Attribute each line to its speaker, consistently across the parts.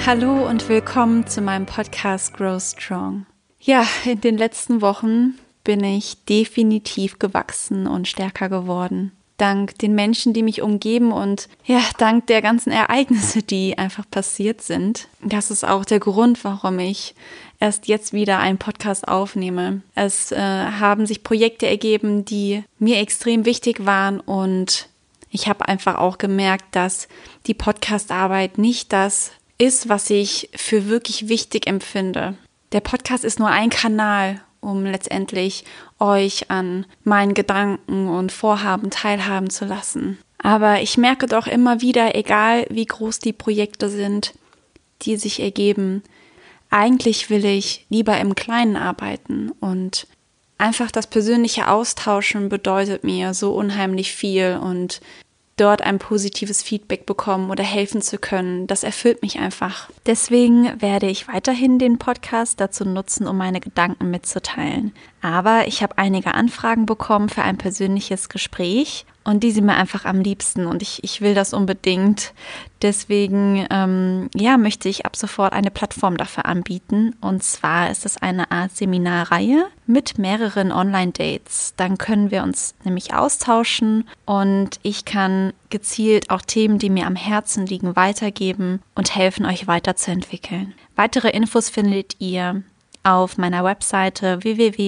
Speaker 1: Hallo und willkommen zu meinem Podcast Grow Strong. Ja, in den letzten Wochen bin ich definitiv gewachsen und stärker geworden. Dank den Menschen, die mich umgeben und ja, dank der ganzen Ereignisse, die einfach passiert sind. Das ist auch der Grund, warum ich erst jetzt wieder einen Podcast aufnehme. Es haben sich Projekte ergeben, die mir extrem wichtig waren und ich habe einfach auch gemerkt, dass die Podcastarbeit nicht das ist, was ich für wirklich wichtig empfinde. Der Podcast ist nur ein Kanal, um letztendlich euch an meinen Gedanken und Vorhaben teilhaben zu lassen. Aber ich merke doch immer wieder, egal wie groß die Projekte sind, die sich ergeben, eigentlich will ich lieber im Kleinen arbeiten und einfach das persönliche Austauschen bedeutet mir so unheimlich viel und dort ein positives Feedback bekommen oder helfen zu können, das erfüllt mich einfach. Deswegen werde ich weiterhin den Podcast dazu nutzen, um meine Gedanken mitzuteilen. Aber ich habe einige Anfragen bekommen für ein persönliches Gespräch und die sind mir einfach am liebsten und ich will das unbedingt. Deswegen möchte ich ab sofort eine Plattform dafür anbieten und zwar ist es eine Art Seminarreihe mit mehreren Online-Dates. Dann können wir uns nämlich austauschen und ich kann gezielt auch Themen, die mir am Herzen liegen, weitergeben und helfen, euch weiterzuentwickeln. Weitere Infos findet ihr auf meiner Webseite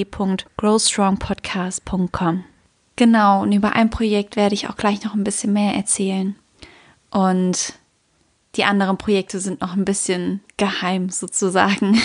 Speaker 1: www.growstrongpodcast.com. Genau, und über ein Projekt werde ich auch gleich noch ein bisschen mehr erzählen. Und die anderen Projekte sind noch ein bisschen geheim sozusagen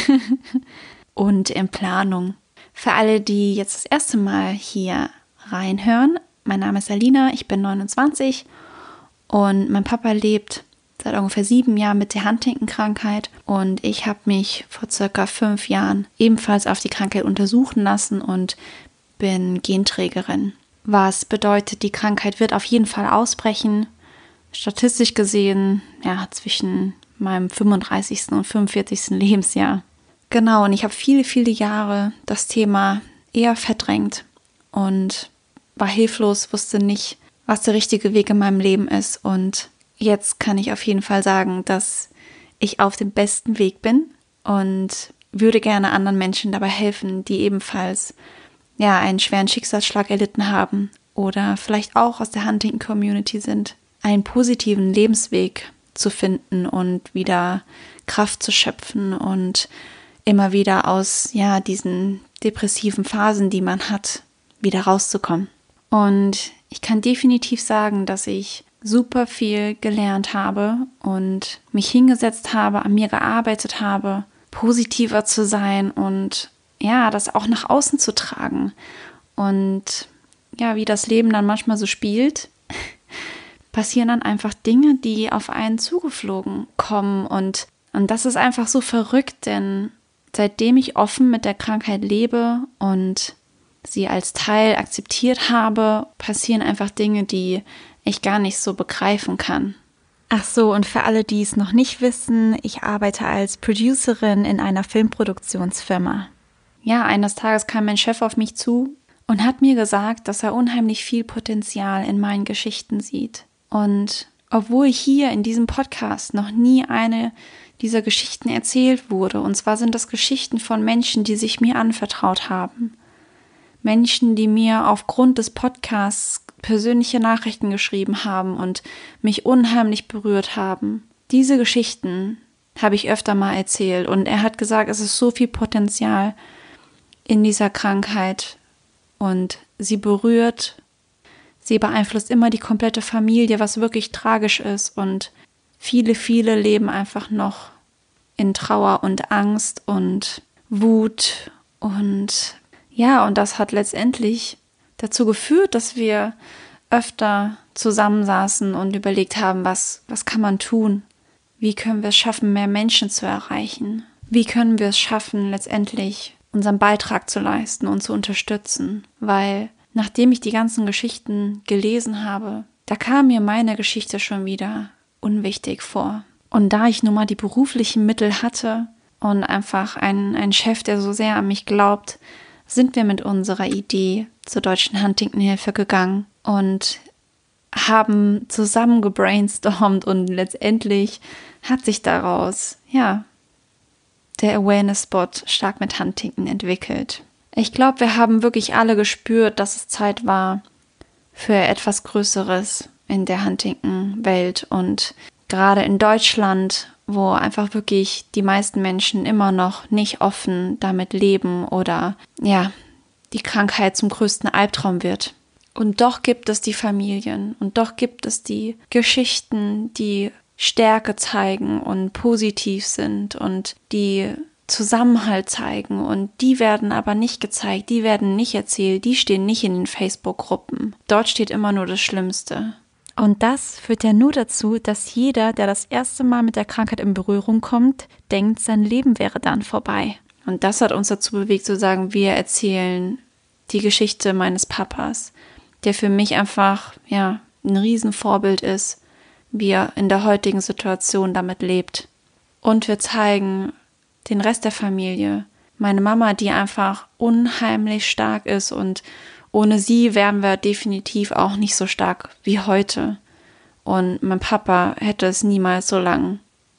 Speaker 1: und in Planung. Für alle, die jetzt das erste Mal hier reinhören, mein Name ist Alina, ich bin 29 und mein Papa lebt seit ungefähr 7 Jahren mit der Huntington-Krankheit und ich habe mich vor circa 5 Jahren ebenfalls auf die Krankheit untersuchen lassen und bin Genträgerin. Was bedeutet, die Krankheit wird auf jeden Fall ausbrechen. Statistisch gesehen, ja, zwischen meinem 35. und 45. Lebensjahr. Genau, und ich habe viele, viele Jahre das Thema eher verdrängt und war hilflos, wusste nicht, was der richtige Weg in meinem Leben ist. Und jetzt kann ich auf jeden Fall sagen, dass ich auf dem besten Weg bin und würde gerne anderen Menschen dabei helfen, die ebenfalls einen schweren Schicksalsschlag erlitten haben oder vielleicht auch aus der Huntington-Community sind, einen positiven Lebensweg zu finden und wieder Kraft zu schöpfen und immer wieder aus diesen depressiven Phasen, die man hat, wieder rauszukommen. Und ich kann definitiv sagen, dass ich super viel gelernt habe und mich hingesetzt habe, an mir gearbeitet habe, positiver zu sein und das auch nach außen zu tragen. Und wie das Leben dann manchmal so spielt, passieren dann einfach Dinge, die auf einen zugeflogen kommen. Und das ist einfach so verrückt, denn seitdem ich offen mit der Krankheit lebe und sie als Teil akzeptiert habe, passieren einfach Dinge, die ich gar nicht so begreifen kann. Ach so, und für alle, die es noch nicht wissen, ich arbeite als Producerin in einer Filmproduktionsfirma. Ja, eines Tages kam mein Chef auf mich zu und hat mir gesagt, dass er unheimlich viel Potenzial in meinen Geschichten sieht. Und obwohl hier in diesem Podcast noch nie eine dieser Geschichten erzählt wurde, und zwar sind das Geschichten von Menschen, die sich mir anvertraut haben. Menschen, die mir aufgrund des Podcasts persönliche Nachrichten geschrieben haben und mich unheimlich berührt haben. Diese Geschichten habe ich öfter mal erzählt und er hat gesagt, es ist so viel Potenzial in dieser Krankheit und sie beeinflusst immer die komplette Familie, was wirklich tragisch ist und viele, viele leben einfach noch in Trauer und Angst und Wut und das hat letztendlich dazu geführt, dass wir öfter zusammensaßen und überlegt haben, was kann man tun? Wie können wir es schaffen, mehr Menschen zu erreichen? Wie können wir es schaffen, letztendlich unseren Beitrag zu leisten und zu unterstützen? Weil nachdem ich die ganzen Geschichten gelesen habe, da kam mir meine Geschichte schon wieder unwichtig vor. Und da ich nun mal die beruflichen Mittel hatte und einfach einen Chef, der so sehr an mich glaubt, sind wir mit unserer Idee zur Deutschen Huntington-Hilfe gegangen. Und haben zusammen gebrainstormt und letztendlich hat sich daraus, der Awareness-Spot stark mit Huntington entwickelt. Ich glaube, wir haben wirklich alle gespürt, dass es Zeit war für etwas Größeres in der Huntington-Welt und gerade in Deutschland, wo einfach wirklich die meisten Menschen immer noch nicht offen damit leben oder die Krankheit zum größten Albtraum wird. Und doch gibt es die Familien und doch gibt es die Geschichten, die Stärke zeigen und positiv sind und die Zusammenhalt zeigen und die werden aber nicht gezeigt, die werden nicht erzählt, die stehen nicht in den Facebook-Gruppen. Dort steht immer nur das Schlimmste. Und das führt ja nur dazu, dass jeder, der das erste Mal mit der Krankheit in Berührung kommt, denkt, sein Leben wäre dann vorbei. Und das hat uns dazu bewegt zu sagen, wir erzählen die Geschichte meines Papas, der für mich einfach ein Riesenvorbild ist, wie er in der heutigen Situation damit lebt. Und wir zeigen den Rest der Familie, meine Mama, die einfach unheimlich stark ist und ohne sie wären wir definitiv auch nicht so stark wie heute. Und mein Papa hätte es niemals so lang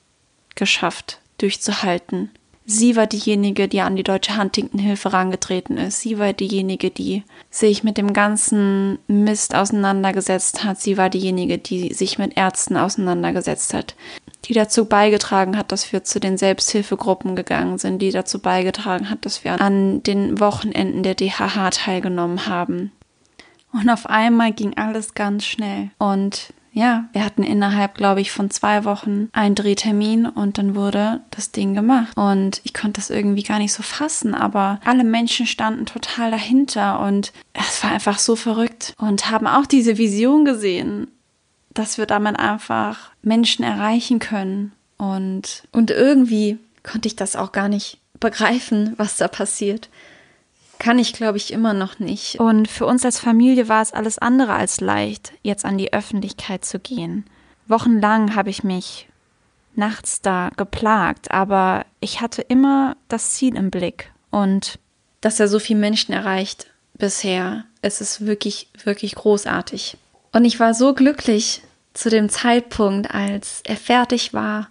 Speaker 1: geschafft, durchzuhalten. Sie war diejenige, die an die Deutsche Huntington-Hilfe herangetreten ist. Sie war diejenige, die sich mit dem ganzen Mist auseinandergesetzt hat. Sie war diejenige, die sich mit Ärzten auseinandergesetzt hat. Die dazu beigetragen hat, dass wir zu den Selbsthilfegruppen gegangen sind. Die dazu beigetragen hat, dass wir an den Wochenenden der DHH teilgenommen haben. Und auf einmal ging alles ganz schnell. Und wir hatten innerhalb, glaube ich, von 2 Wochen einen Drehtermin und dann wurde das Ding gemacht. Und ich konnte das irgendwie gar nicht so fassen, aber alle Menschen standen total dahinter und es war einfach so verrückt und haben auch diese Vision gesehen, dass wir damit einfach Menschen erreichen können. Und irgendwie konnte ich das auch gar nicht begreifen, was da passiert. Kann ich, glaube ich, immer noch nicht. Und für uns als Familie war es alles andere als leicht, jetzt an die Öffentlichkeit zu gehen. Wochenlang habe ich mich nachts da geplagt, aber ich hatte immer das Ziel im Blick. Und dass er so viele Menschen erreicht bisher, es ist wirklich, wirklich großartig. Und ich war so glücklich zu dem Zeitpunkt, als er fertig war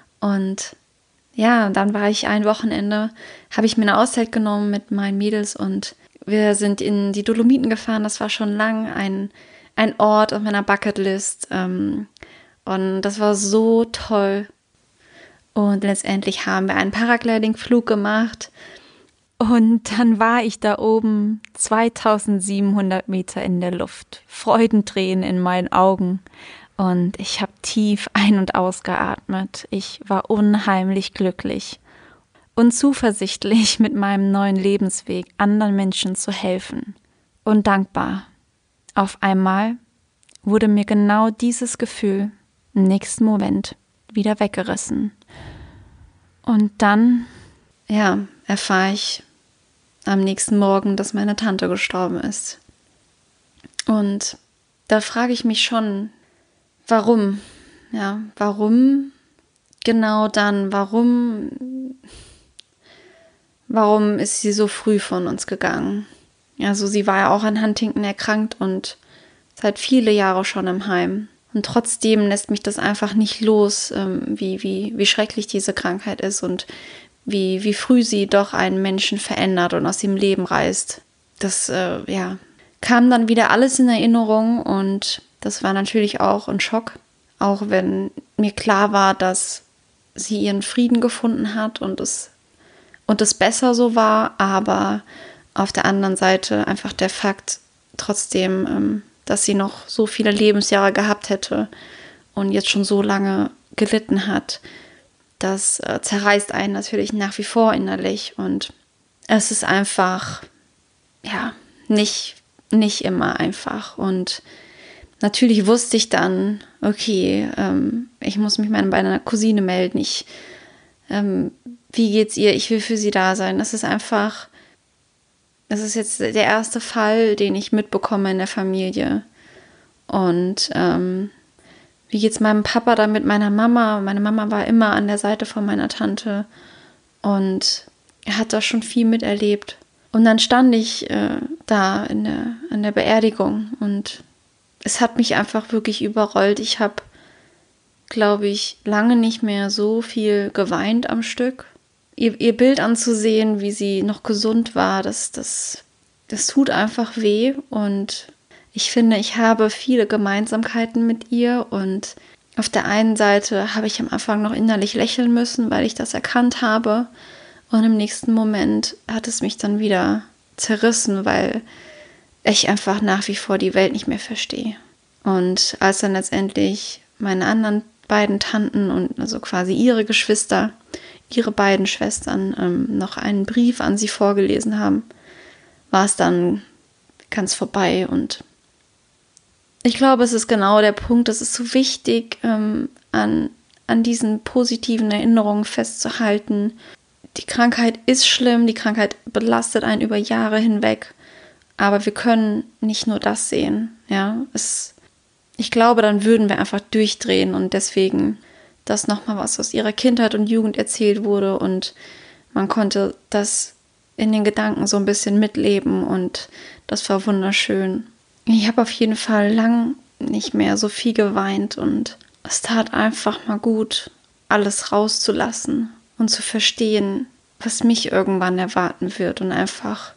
Speaker 1: und dann war ich ein Wochenende, habe ich mir eine Auszeit genommen mit meinen Mädels und wir sind in die Dolomiten gefahren. Das war schon lang ein Ort auf meiner Bucketlist und das war so toll. Und letztendlich haben wir einen Paragliding-Flug gemacht und dann war ich da oben 2700 Meter in der Luft, Freudentränen in meinen Augen. Und ich habe tief ein- und ausgeatmet. Ich war unheimlich glücklich und zuversichtlich, mit meinem neuen Lebensweg anderen Menschen zu helfen. Und dankbar. Auf einmal wurde mir genau dieses Gefühl im nächsten Moment wieder weggerissen. Und dann, erfahre ich am nächsten Morgen, dass meine Tante gestorben ist. Und da frage ich mich schon, warum? Warum genau dann? Warum ist sie so früh von uns gegangen? Also sie war ja auch an Huntington erkrankt und seit viele Jahre schon im Heim. Und trotzdem lässt mich das einfach nicht los, wie schrecklich diese Krankheit ist und wie früh sie doch einen Menschen verändert und aus dem Leben reißt. Das, kam dann wieder alles in Erinnerung und das war natürlich auch ein Schock, auch wenn mir klar war, dass sie ihren Frieden gefunden hat und es besser so war, aber auf der anderen Seite einfach der Fakt trotzdem, dass sie noch so viele Lebensjahre gehabt hätte und jetzt schon so lange gelitten hat, das zerreißt einen natürlich nach wie vor innerlich und es ist einfach, nicht immer einfach und natürlich wusste ich dann, okay, ich muss mich bei meiner Cousine melden. Wie geht's ihr? Ich will für sie da sein. Das ist jetzt der erste Fall, den ich mitbekomme in der Familie. Und wie geht's meinem Papa dann mit meiner Mama? Meine Mama war immer an der Seite von meiner Tante und er hat da schon viel miterlebt. Und dann stand ich da an der Beerdigung und es hat mich einfach wirklich überrollt. Ich habe, glaube ich, lange nicht mehr so viel geweint am Stück. Ihr Bild anzusehen, wie sie noch gesund war, das tut einfach weh. Und ich finde, ich habe viele Gemeinsamkeiten mit ihr. Und auf der einen Seite habe ich am Anfang noch innerlich lächeln müssen, weil ich das erkannt habe. Und im nächsten Moment hat es mich dann wieder zerrissen, weil ich einfach nach wie vor die Welt nicht mehr verstehe. Und als dann letztendlich meine anderen beiden Tanten und also quasi ihre Geschwister, ihre beiden Schwestern noch einen Brief an sie vorgelesen haben, war es dann ganz vorbei. Und ich glaube, es ist genau der Punkt, es ist so wichtig, an diesen positiven Erinnerungen festzuhalten. Die Krankheit ist schlimm, die Krankheit belastet einen über Jahre hinweg, aber wir können nicht nur das sehen. Ja, ich glaube, dann würden wir einfach durchdrehen und deswegen, dass nochmal was aus ihrer Kindheit und Jugend erzählt wurde und man konnte das in den Gedanken so ein bisschen mitleben und das war wunderschön. Ich habe auf jeden Fall lang nicht mehr so viel geweint und es tat einfach mal gut, alles rauszulassen und zu verstehen, was mich irgendwann erwarten wird und einfach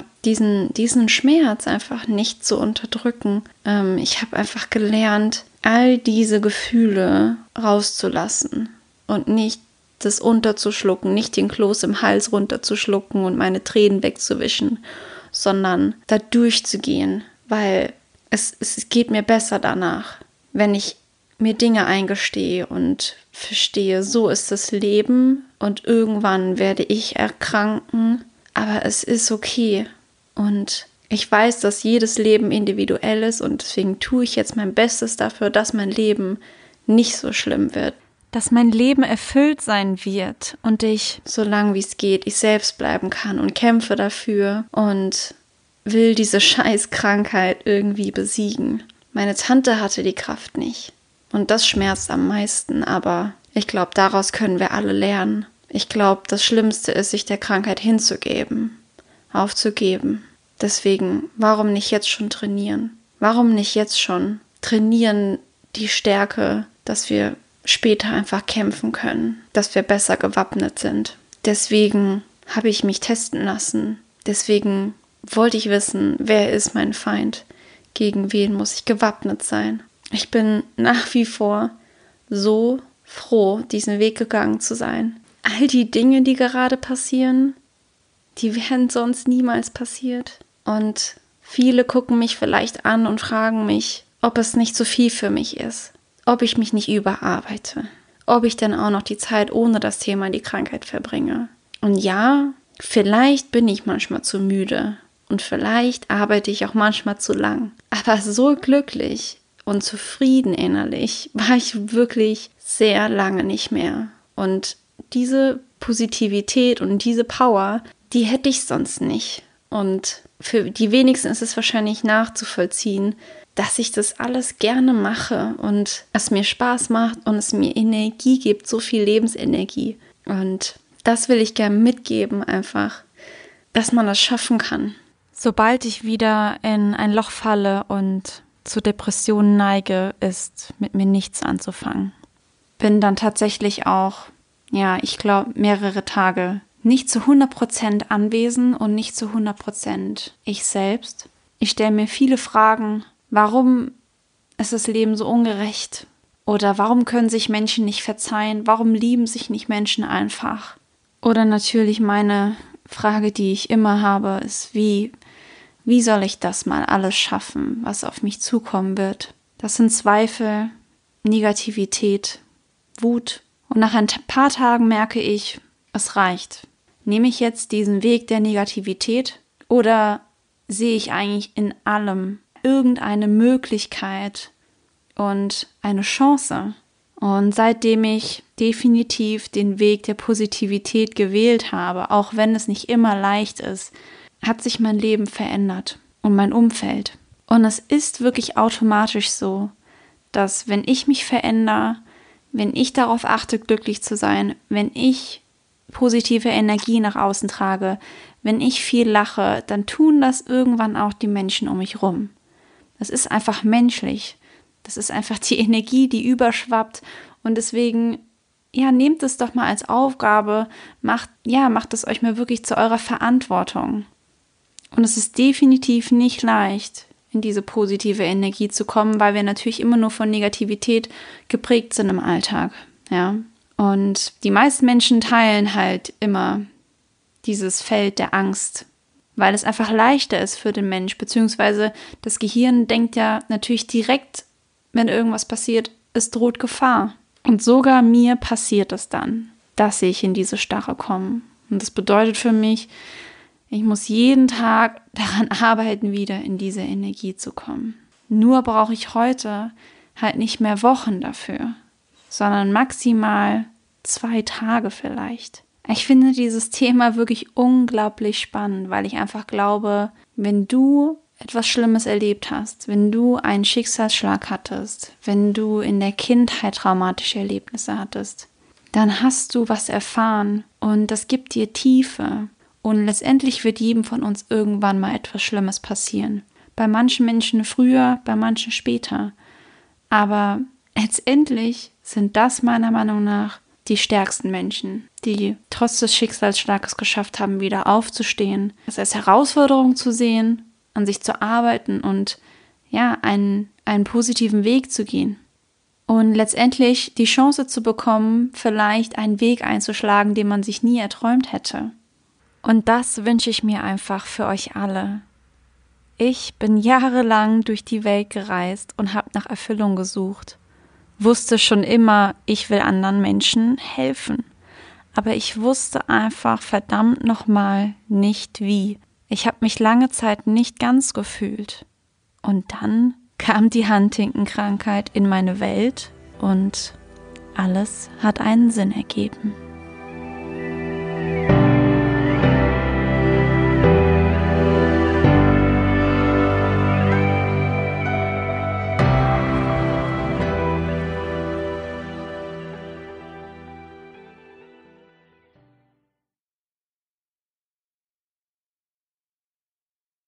Speaker 1: diesen Schmerz einfach nicht zu unterdrücken. Ich habe einfach gelernt, all diese Gefühle rauszulassen und nicht das unterzuschlucken, nicht den Kloß im Hals runterzuschlucken und meine Tränen wegzuwischen, sondern da durchzugehen, weil es geht mir besser danach, wenn ich mir Dinge eingestehe und verstehe, so ist das Leben und irgendwann werde ich erkranken, aber es ist okay und ich weiß, dass jedes Leben individuell ist und deswegen tue ich jetzt mein Bestes dafür, dass mein Leben nicht so schlimm wird. Dass mein Leben erfüllt sein wird und ich, solange wie es geht, ich selbst bleiben kann und kämpfe dafür und will diese Scheißkrankheit irgendwie besiegen. Meine Tante hatte die Kraft nicht und das schmerzt am meisten, aber ich glaube, daraus können wir alle lernen. Ich glaube, das Schlimmste ist, sich der Krankheit hinzugeben, aufzugeben. Deswegen, warum nicht jetzt schon trainieren? Warum nicht jetzt schon trainieren die Stärke, dass wir später einfach kämpfen können, dass wir besser gewappnet sind. Deswegen habe ich mich testen lassen. Deswegen wollte ich wissen, wer ist mein Feind? Gegen wen muss ich gewappnet sein? Ich bin nach wie vor so froh, diesen Weg gegangen zu sein. All die Dinge, die gerade passieren, die wären sonst niemals passiert. Und viele gucken mich vielleicht an und fragen mich, ob es nicht zu viel für mich ist, ob ich mich nicht überarbeite, ob ich dann auch noch die Zeit ohne das Thema die Krankheit verbringe. Und ja, vielleicht bin ich manchmal zu müde und vielleicht arbeite ich auch manchmal zu lang. Aber so glücklich und zufrieden innerlich war ich wirklich sehr lange nicht mehr. Und diese Positivität und diese Power, die hätte ich sonst nicht. Und für die wenigsten ist es wahrscheinlich nachzuvollziehen, dass ich das alles gerne mache und es mir Spaß macht und es mir Energie gibt, so viel Lebensenergie. Und das will ich gerne mitgeben einfach, dass man das schaffen kann. Sobald ich wieder in ein Loch falle und zu Depressionen neige, ist mit mir nichts anzufangen. Bin dann tatsächlich auch, ich glaube, mehrere Tage nicht zu 100% anwesend und nicht zu 100% ich selbst. Ich stelle mir viele Fragen. Warum ist das Leben so ungerecht? Oder warum können sich Menschen nicht verzeihen? Warum lieben sich nicht Menschen einfach? Oder natürlich meine Frage, die ich immer habe, ist, wie soll ich das mal alles schaffen, was auf mich zukommen wird? Das sind Zweifel, Negativität, Wut. Und nach ein paar Tagen merke ich, es reicht. Nehme ich jetzt diesen Weg der Negativität oder sehe ich eigentlich in allem irgendeine Möglichkeit und eine Chance? Und seitdem ich definitiv den Weg der Positivität gewählt habe, auch wenn es nicht immer leicht ist, hat sich mein Leben verändert und mein Umfeld. Und es ist wirklich automatisch so, dass wenn ich mich verändere, wenn ich darauf achte, glücklich zu sein, wenn ich positive Energie nach außen trage, wenn ich viel lache, dann tun das irgendwann auch die Menschen um mich rum. Das ist einfach menschlich. Das ist einfach die Energie, die überschwappt. Und deswegen, nehmt es doch mal als Aufgabe, macht es euch mal wirklich zu eurer Verantwortung. Und es ist definitiv nicht leicht, in diese positive Energie zu kommen, weil wir natürlich immer nur von Negativität geprägt sind im Alltag. Ja. Und die meisten Menschen teilen halt immer dieses Feld der Angst, weil es einfach leichter ist für den Mensch, beziehungsweise das Gehirn denkt ja natürlich direkt, wenn irgendwas passiert, es droht Gefahr. Und sogar mir passiert es dann, dass ich in diese Starre komme. Und das bedeutet für mich, ich muss jeden Tag daran arbeiten, wieder in diese Energie zu kommen. Nur brauche ich heute halt nicht mehr Wochen dafür, sondern maximal 2 Tage vielleicht. Ich finde dieses Thema wirklich unglaublich spannend, weil ich einfach glaube, wenn du etwas Schlimmes erlebt hast, wenn du einen Schicksalsschlag hattest, wenn du in der Kindheit traumatische Erlebnisse hattest, dann hast du was erfahren und das gibt dir Tiefe. Und letztendlich wird jedem von uns irgendwann mal etwas Schlimmes passieren. Bei manchen Menschen früher, bei manchen später. Aber letztendlich sind das meiner Meinung nach die stärksten Menschen, die trotz des Schicksalsschlages geschafft haben, wieder aufzustehen, es als Herausforderung zu sehen, an sich zu arbeiten und einen positiven Weg zu gehen. Und letztendlich die Chance zu bekommen, vielleicht einen Weg einzuschlagen, den man sich nie erträumt hätte. Und das wünsche ich mir einfach für euch alle. Ich bin jahrelang durch die Welt gereist und habe nach Erfüllung gesucht. Wusste schon immer, ich will anderen Menschen helfen. Aber ich wusste einfach verdammt nochmal nicht wie. Ich habe mich lange Zeit nicht ganz gefühlt. Und dann kam die Huntington-Krankheit in meine Welt und alles hat einen Sinn ergeben.